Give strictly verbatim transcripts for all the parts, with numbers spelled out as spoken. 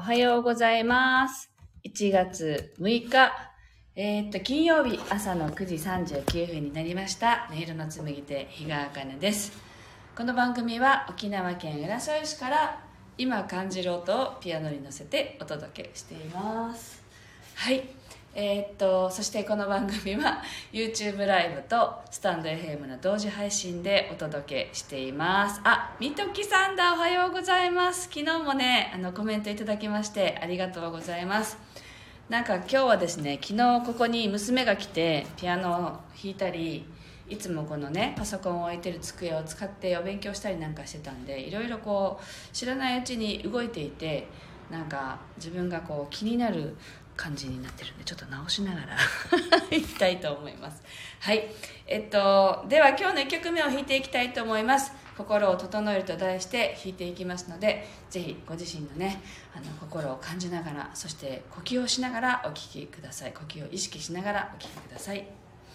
はようございます。いちがつむいか、えー、っと、金曜日朝のくじさんじゅうきゅうふんになりました。音色の紡ぎ手、日川茜です。この番組は沖縄県浦添市から今感じる音をピアノに乗せてお届けしています。はい。えー、っとそしてこの番組は YouTube ライブとスタンド エフエム の同時配信でお届けしています。あ、みときさんだ、おはようございます。昨日もねあのコメントいただきましてありがとうございます。なんか今日はですね、昨日ここに娘が来てピアノを弾いたり、いつもこのねパソコンを置いてる机を使ってお勉強したりなんかしてたんで、いろいろこう知らないうちに動いていて、なんか自分がこう気になる感じになってるんで、ちょっと直しながらいきたいと思います。はい、えっとでは今日のいっきょくめを弾いていきたいと思います。心を整えると題して弾いていきますので、ぜひご自身のねあの心を感じながら、そして呼吸をしながらお聴きください。呼吸を意識しながらお聴きください。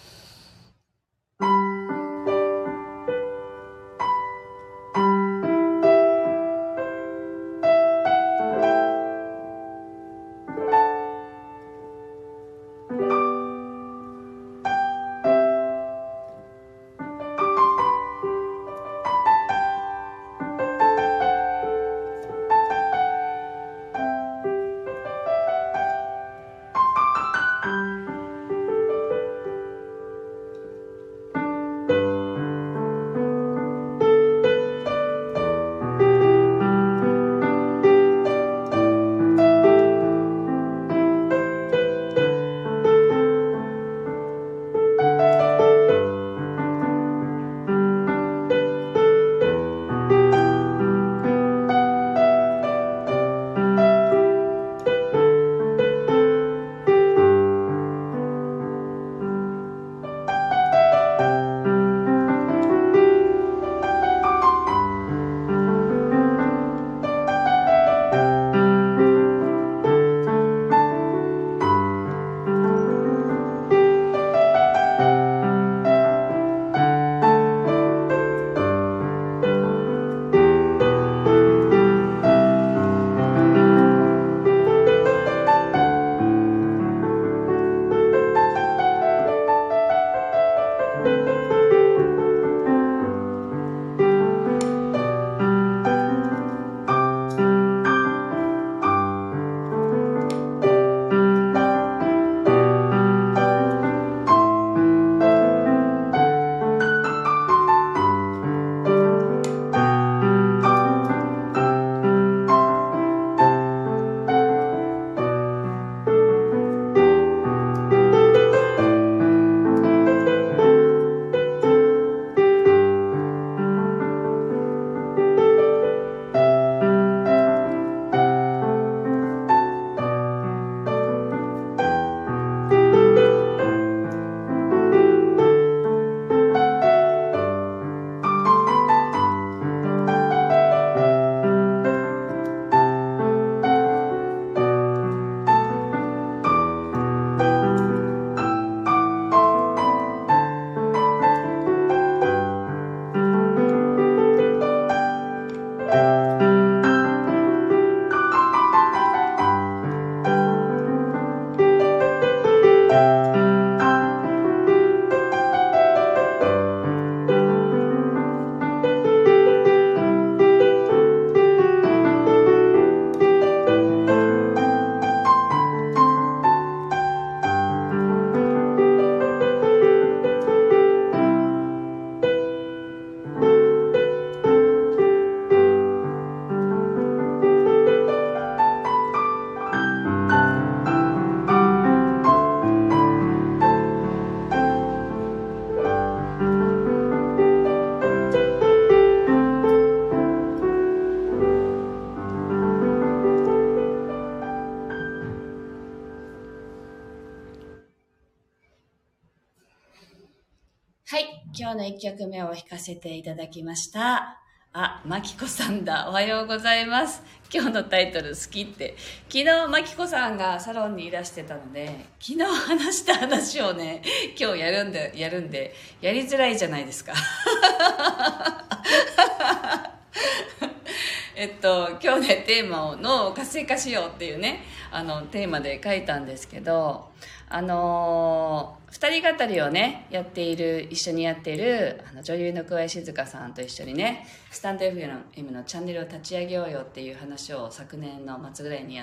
今日のいっきょくめを弾かせていただきました。あ、まきこさんだ。おはようございます。今日のタイトル好きって。昨日まきこさんがサロンにいらしてたので、昨日話した話をね、今日やるんで、やるんで、やりづらいじゃないですか。えっと、 と今日ねテーマを脳を活性化しようっていうねあのテーマで書いたんですけど、あのー、二人語りをねやっている一緒にやっているあの女優の桑井静香さんと一緒にねスタンド エフエム のチャンネルを立ち上げようよっていう話を昨年の末ぐらいにやって、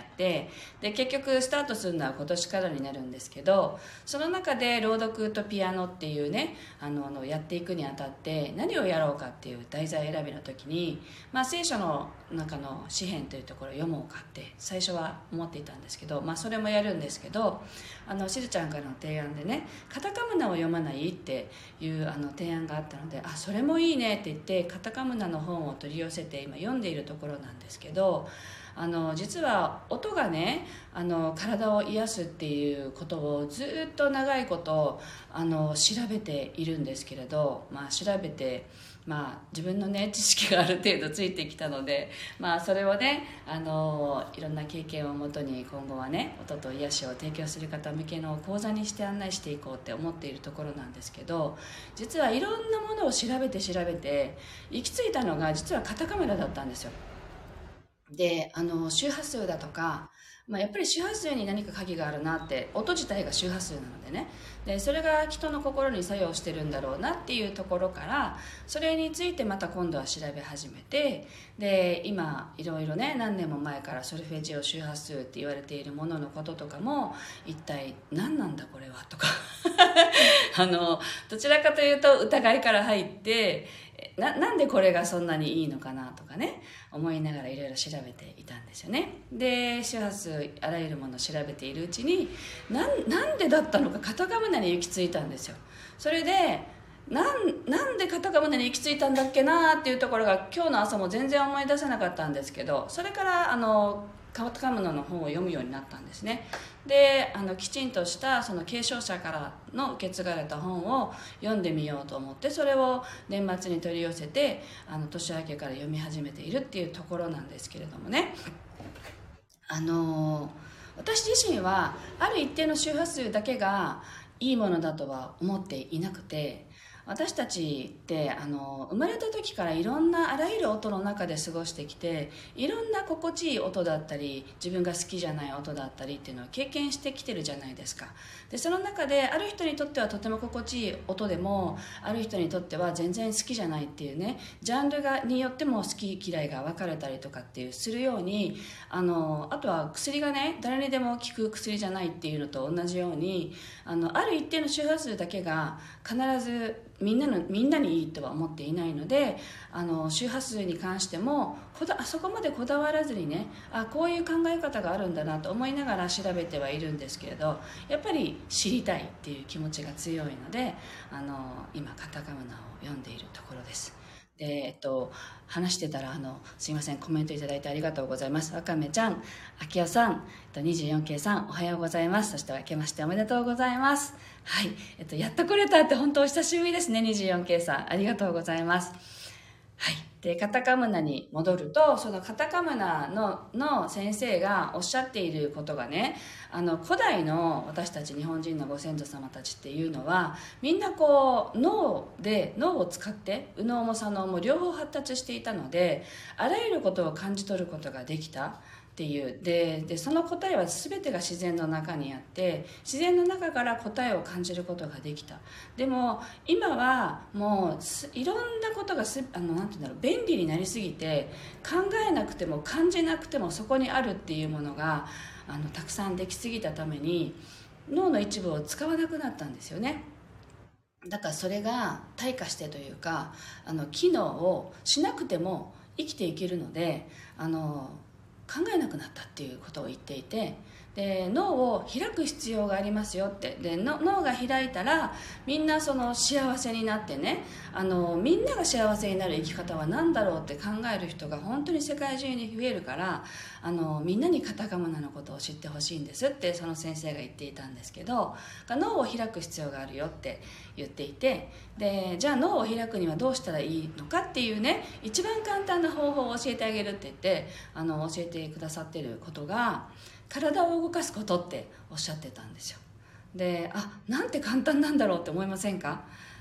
で結局スタートするのは今年からになるんですけど、その中で朗読とピアノっていうねあののやっていくにあたって何をやろうかっていう題材選びの時に、まあ、聖書の中の詩篇というところを読もうかって最初は思っていたんですけど、まあ、それもやるんですけど、あのしずちゃんからの提案でねカタカムナを読まないっていうあの提案があったので、あそれもいいねって言ってカタカムナの本を取り寄せて今読んでいるところなんですけど、あの実は音がねあの体を癒すっていうことをずっと長いことあの調べているんですけれど、まあ、調べて、まあ、自分のね知識がある程度ついてきたので、まあ、それをねあのいろんな経験をもとに今後はね音と癒しを提供する方向けの講座にして案内していこうって思っているところなんですけど、実はいろんなものを調べて調べて行き着いたのが実はカタカムナだったんですよ。であの周波数だとか、まあ、やっぱり周波数に何か鍵があるなって、音自体が周波数なのでね、でそれが人の心に作用してるんだろうなっていうところから、それについてまた今度は調べ始めて、で今いろいろね何年も前からソルフェジオ周波数って言われているもののこととかも一体何なんだこれはとかあのどちらかというと疑いから入ってな, なんでこれがそんなにいいのかなとかね思いながらいろいろ調べていたんですよね。で周波数あらゆるものを調べているうちに な, なんでだったのかカタカムナに行き着いたんですよ。それでなんなんでカタカムナに行き着いたんだっけなっていうところが今日の朝も全然思い出せなかったんですけど、それからあのカタカムナの本を読むようになったんですね。であのきちんとしたその継承者からの受け継がれた本を読んでみようと思って、それを年末に取り寄せてあの年明けから読み始めているっていうところなんですけれどもね、あの私自身はある一定の周波数だけがいいものだとは思っていなくて、私たちってあの生まれた時からいろんなあらゆる音の中で過ごしてきて、いろんな心地いい音だったり自分が好きじゃない音だったりっていうのを経験してきてるじゃないですか。でその中である人にとってはとても心地いい音でも、ある人にとっては全然好きじゃないっていうね、ジャンルがによっても好き嫌いが分かれたりとかっていうするように、あのあとは薬がね誰にでも効く薬じゃないっていうのと同じように、あのある一定の周波数だけが必ずみんなのみんなにいいとは思っていないので、あの周波数に関してもこだあそこまでこだわらずにね、あこういう考え方があるんだなと思いながら調べてはいるんですけれど、やっぱり知りたいっていう気持ちが強いので、あの今カタカムナを読んでいるところです。で、えっと、話してたらあのすいません、コメントいただいてありがとうございます。わかめちゃん、あきおさん、えっと、にじゅうよんけいさんおはようございます。そして明けましておめでとうございます。はい、えっと、やっと来れたって本当お久しぶりですね。 にじゅうよんけいさんありがとうございます。はい、でカタカムナに戻ると、そのカタカムナ の, の先生がおっしゃっていることがね、あの古代の私たち日本人のご先祖様たちっていうのはみんなこう脳で脳を使って右脳も左脳も両方発達していたので、あらゆることを感じ取ることができたっていう。 で, でその答えは全てが自然の中にあって、自然の中から答えを感じることができた。でも今はもういろんなことがすあのなんていうんだろう、便利になりすぎて考えなくても感じなくてもそこにあるっていうものがあのたくさんできすぎたために脳の一部を使わなくなったんですよね。だからそれが退化してというか、あの機能をしなくても生きていけるので、あの考えなくなったっていうことを言っていて、で脳を開く必要がありますよって。での脳が開いたらみんなその幸せになってね、あのみんなが幸せになる生き方は何だろうって考える人が本当に世界中に増えるから、あのみんなにカタカムナのことを知ってほしいんですってその先生が言っていたんですけど、脳を開く必要があるよって言っていて、でじゃあ脳を開くにはどうしたらいいのかっていうね、一番簡単な方法を教えてあげるって言ってあの教えてくださってることが、体を動かすことっておっしゃってたんですよ。で、あ、なんて簡単なんだろうって思いませんか？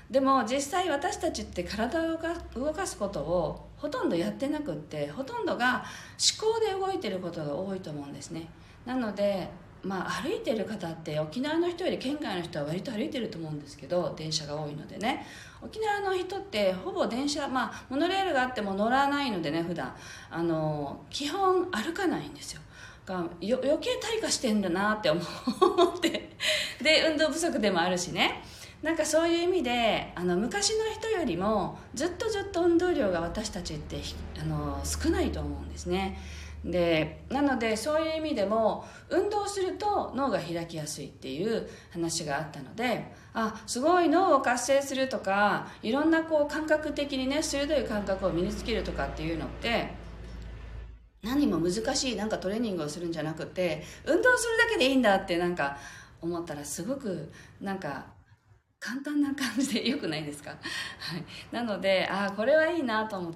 でも実際私たちって体を動か動かすことをほとんどやってなくって、ほとんどが思考で動いてることが多いと思うんですね。なので、まあ、歩いてる方って沖縄の人より県外の人は割と歩いてると思うんですけど、電車が多いのでね。沖縄の人ってほぼ電車、まあモノレールがあっても乗らないのでね、普段あの基本歩かないんですよ。がよ余計退化してんだなって思ってで運動不足でもあるしね。なんかそういう意味であの昔の人よりもずっとずっと運動量が私たちってあの少ないと思うんですね。でなのでそういう意味でも運動すると脳が開きやすいっていう話があったので、あすごい脳を活性するとか、いろんなこう感覚的にね鋭い感覚を身につけるとかっていうのって何も難しいなんかトレーニングをするんじゃなくて、運動するだけでいいんだってなんか思ったらすごくなんか簡単な感じでよくないですか？はい、なのでああこれはいいなと思って、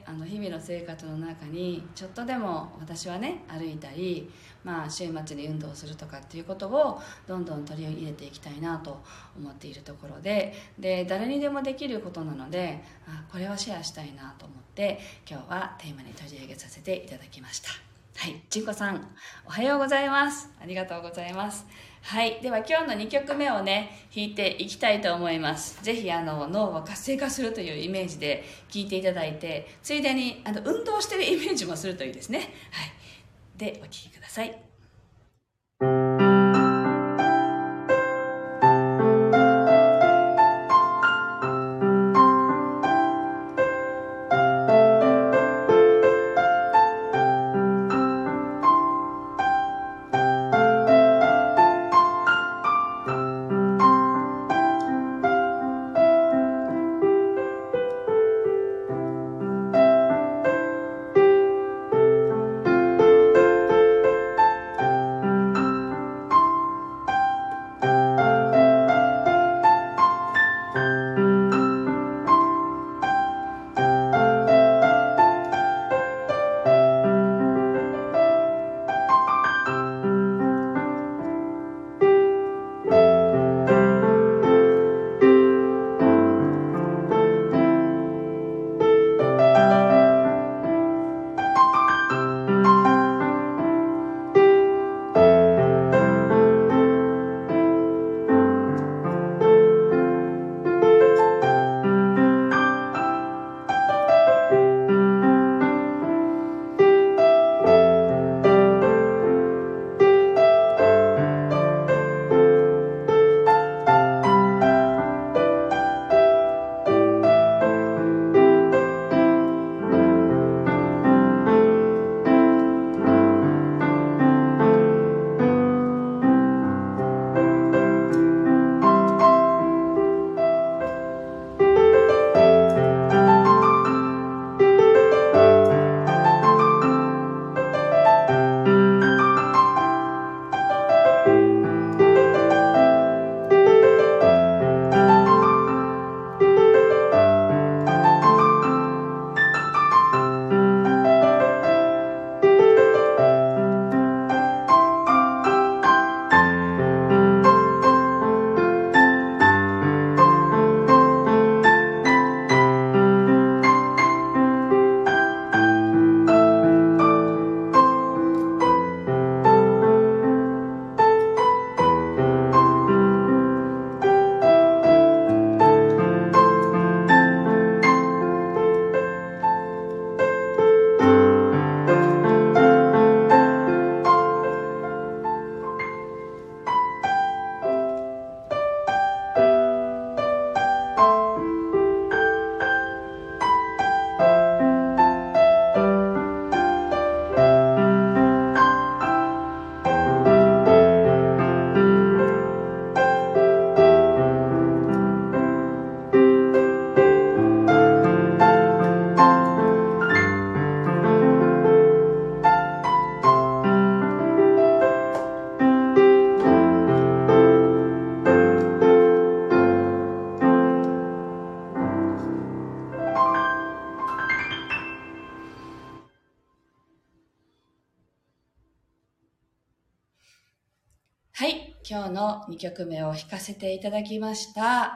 あの日々の生活の中にちょっとでも私はね歩いたり、まあ、週末に運動するとかっていうことをどんどん取り入れていきたいなと思っているところで、で誰にでもできることなので、あこれはシェアしたいなと思って今日はテーマに取り上げさせていただきました。はい、純子さんおはようございます。ありがとうございます。はい、では今日のにきょくめをね弾いていきたいと思います。ぜひあの脳を活性化するというイメージで聴いていただいて、ついでにあの運動してるイメージもするといいですね。はい、でお聴きください。はい、今日のにきょくめを弾かせていただきました。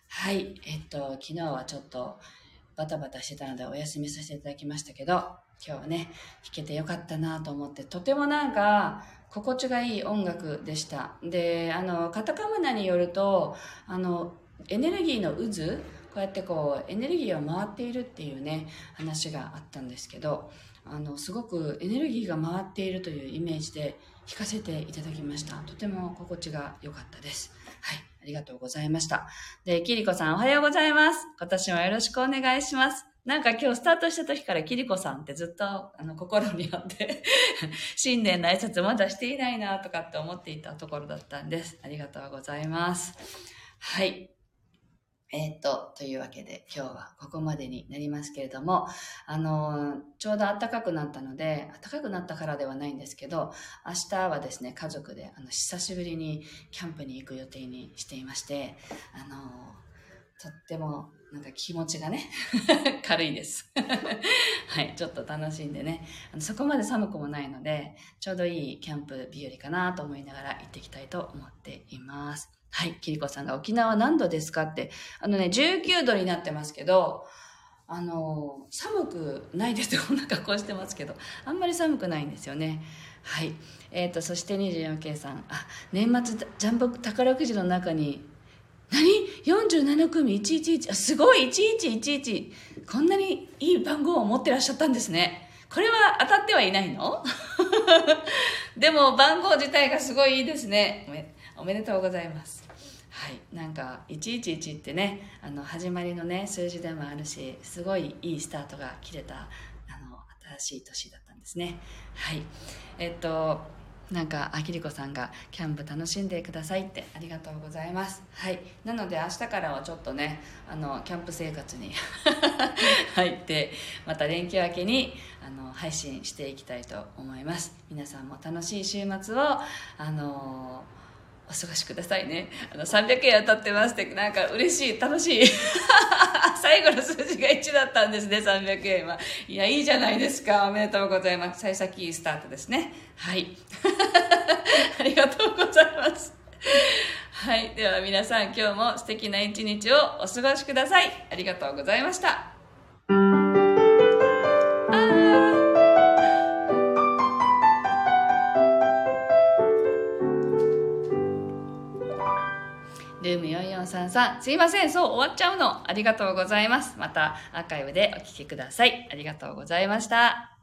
はい。えっと、昨日はちょっとバタバタしてたのでお休みさせていただきましたけど、今日はね、弾けてよかったなと思って、とてもなんか、心地がいい音楽でした。で、あの、カタカムナによると、あの、エネルギーの渦、こうやってこう、エネルギーを回っているっていうね、話があったんですけど、あの、すごくエネルギーが回っているというイメージで弾かせていただきました。とても心地が良かったです。はい。ありがとうございました。で、キリコさんおはようございます。今年もよろしくお願いします。なんか今日スタートした時からキリコさんってずっとあの心にあって新年の挨拶まだしていないなとかって思っていたところだったんです。ありがとうございます。はい。えっと、というわけで今日はここまでになりますけれども、あの、ちょうど暖かくなったので、暖かくなったからではないんですけど、明日はですね、家族であの久しぶりにキャンプに行く予定にしていまして、あの、とってもなんか気持ちがね、軽いです。はい、ちょっと楽しんでね、あのそこまで寒くもないので、ちょうどいいキャンプ日和かなと思いながら行っていきたいと思っています。はい、キリコさんが沖縄何度ですかって、あのね、じゅうきゅうどになってますけど、あの、寒くないですよ。こんな格好してますけど、あんまり寒くないんですよね。はい。えっと、そして にじゅうよんケー さん、あ、年末ジャンボ宝くじの中に、何 ?よんじゅうなな 組いちいちいち、あ、すごいいちいちいちいち、こんなにいい番号を持ってらっしゃったんですね。これは当たってはいないのでも番号自体がすごいいいですね。おめ、おめでとうございます。はい、なんかいちいちいちってね、あの始まりのね数字でもあるし、すごいいいスタートが切れたあの新しい年だったんですね。はい、えっとなんかあきりこさんがキャンプ楽しんでくださいってありがとうございます。はい、なので明日からはちょっとねあのキャンプ生活に入ってまた連休明けにあの配信していきたいと思います。皆さんも楽しい週末をあのお過ごしくださいね。あのさんびゃくえん当たってますって、なんか嬉しい、楽しい最後の数字がいちだったんですね、さんびゃくえんは。いや、いいじゃないですか。おめでとうございます。幸先いいスタートですね。はい。ありがとうございます。はい。では皆さん、今日も素敵な一日をお過ごしください。ありがとうございました。ルームよんよんさんさん、すいません、そう終わっちゃうの。ありがとうございます。またアーカイブでお聞きください。ありがとうございました。